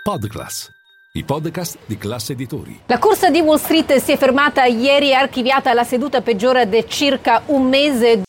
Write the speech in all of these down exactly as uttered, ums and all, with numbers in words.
Podclass, i podcast di Class Editori. La corsa di Wall Street si è fermata ieri e archiviata la seduta peggiore di circa un mese.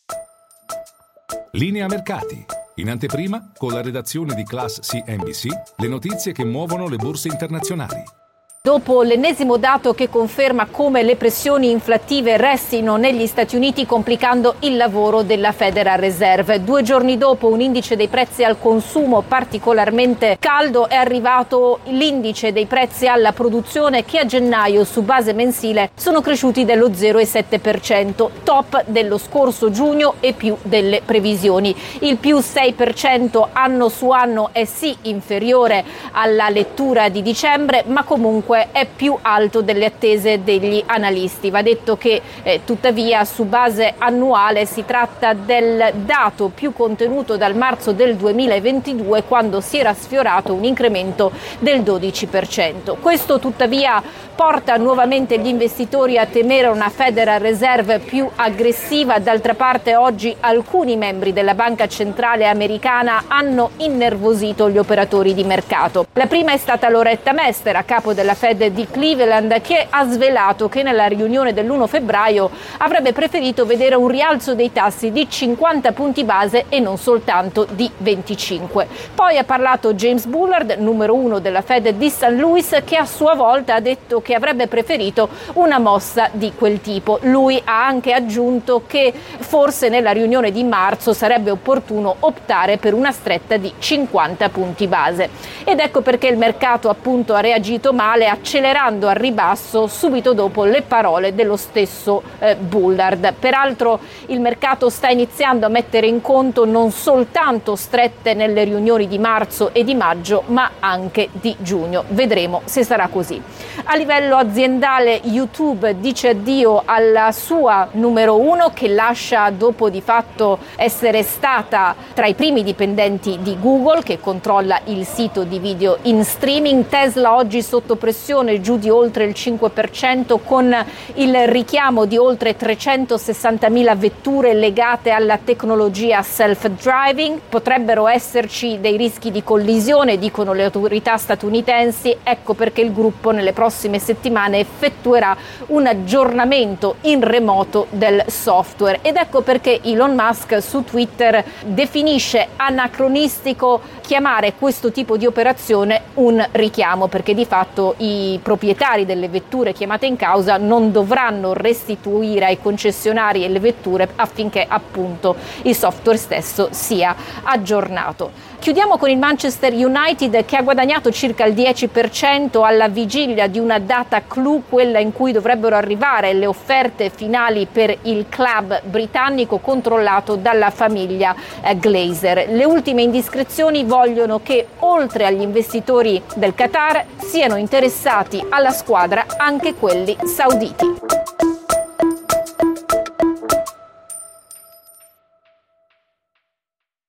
Linea mercati. In anteprima, con la redazione di Class C N B C, le notizie che muovono le borse internazionali. Dopo l'ennesimo dato che conferma come le pressioni inflattive restino negli Stati Uniti, complicando il lavoro della Federal Reserve. Due giorni dopo un indice dei prezzi al consumo particolarmente caldo è arrivato l'indice dei prezzi alla produzione, che a gennaio su base mensile sono cresciuti dello zero virgola sette per cento, top dello scorso giugno e più delle previsioni. Il più sei per cento anno su anno è sì inferiore alla lettura di dicembre, ma comunque è più alto delle attese degli analisti. Va detto che eh, tuttavia su base annuale si tratta del dato più contenuto dal marzo del duemilaventidue, quando si era sfiorato un incremento del dodici per cento. Questo tuttavia porta nuovamente gli investitori a temere una Federal Reserve più aggressiva. D'altra parte oggi alcuni membri della Banca Centrale Americana hanno innervosito gli operatori di mercato. La prima è stata Loretta Mester, a capo della Fed di Cleveland, che ha svelato che nella riunione dell'primo febbraio avrebbe preferito vedere un rialzo dei tassi di cinquanta punti base e non soltanto di venticinque. Poi ha parlato James Bullard, numero uno della Fed di Saint Louis, che a sua volta ha detto che avrebbe preferito una mossa di quel tipo. Lui ha anche aggiunto che forse nella riunione di marzo sarebbe opportuno optare per una stretta di cinquanta punti base. Ed ecco perché il mercato appunto ha reagito male, accelerando al ribasso subito dopo le parole dello stesso eh, Bullard. Peraltro il mercato sta iniziando a mettere in conto non soltanto strette nelle riunioni di marzo e di maggio, ma anche di giugno. Vedremo se sarà così. A livello aziendale, YouTube dice addio alla sua numero uno, che lascia dopo di fatto essere stata tra i primi dipendenti di Google, che controlla il sito di video in streaming. Tesla oggi sotto pressione, giù di oltre il cinque per cento, con il richiamo di oltre trecentosessantamila vetture legate alla tecnologia self-driving. Potrebbero esserci dei rischi di collisione, dicono le autorità statunitensi. Ecco perché il gruppo nelle prossime settimane effettuerà un aggiornamento in remoto del software. Ed ecco perché Elon Musk su Twitter definisce anacronistico chiamare questo tipo di operazione un richiamo, perché di fatto i proprietari delle vetture chiamate in causa non dovranno restituire ai concessionari e le vetture affinché appunto il software stesso sia aggiornato. Chiudiamo con il Manchester United, che ha guadagnato circa il dieci per cento alla vigilia di una data clou, quella in cui dovrebbero arrivare le offerte finali per il club britannico controllato dalla famiglia eh, Glazer. Le ultime indiscrezioni vogliono che oltre agli investitori del Qatar siano interessati alla squadra anche quelli sauditi.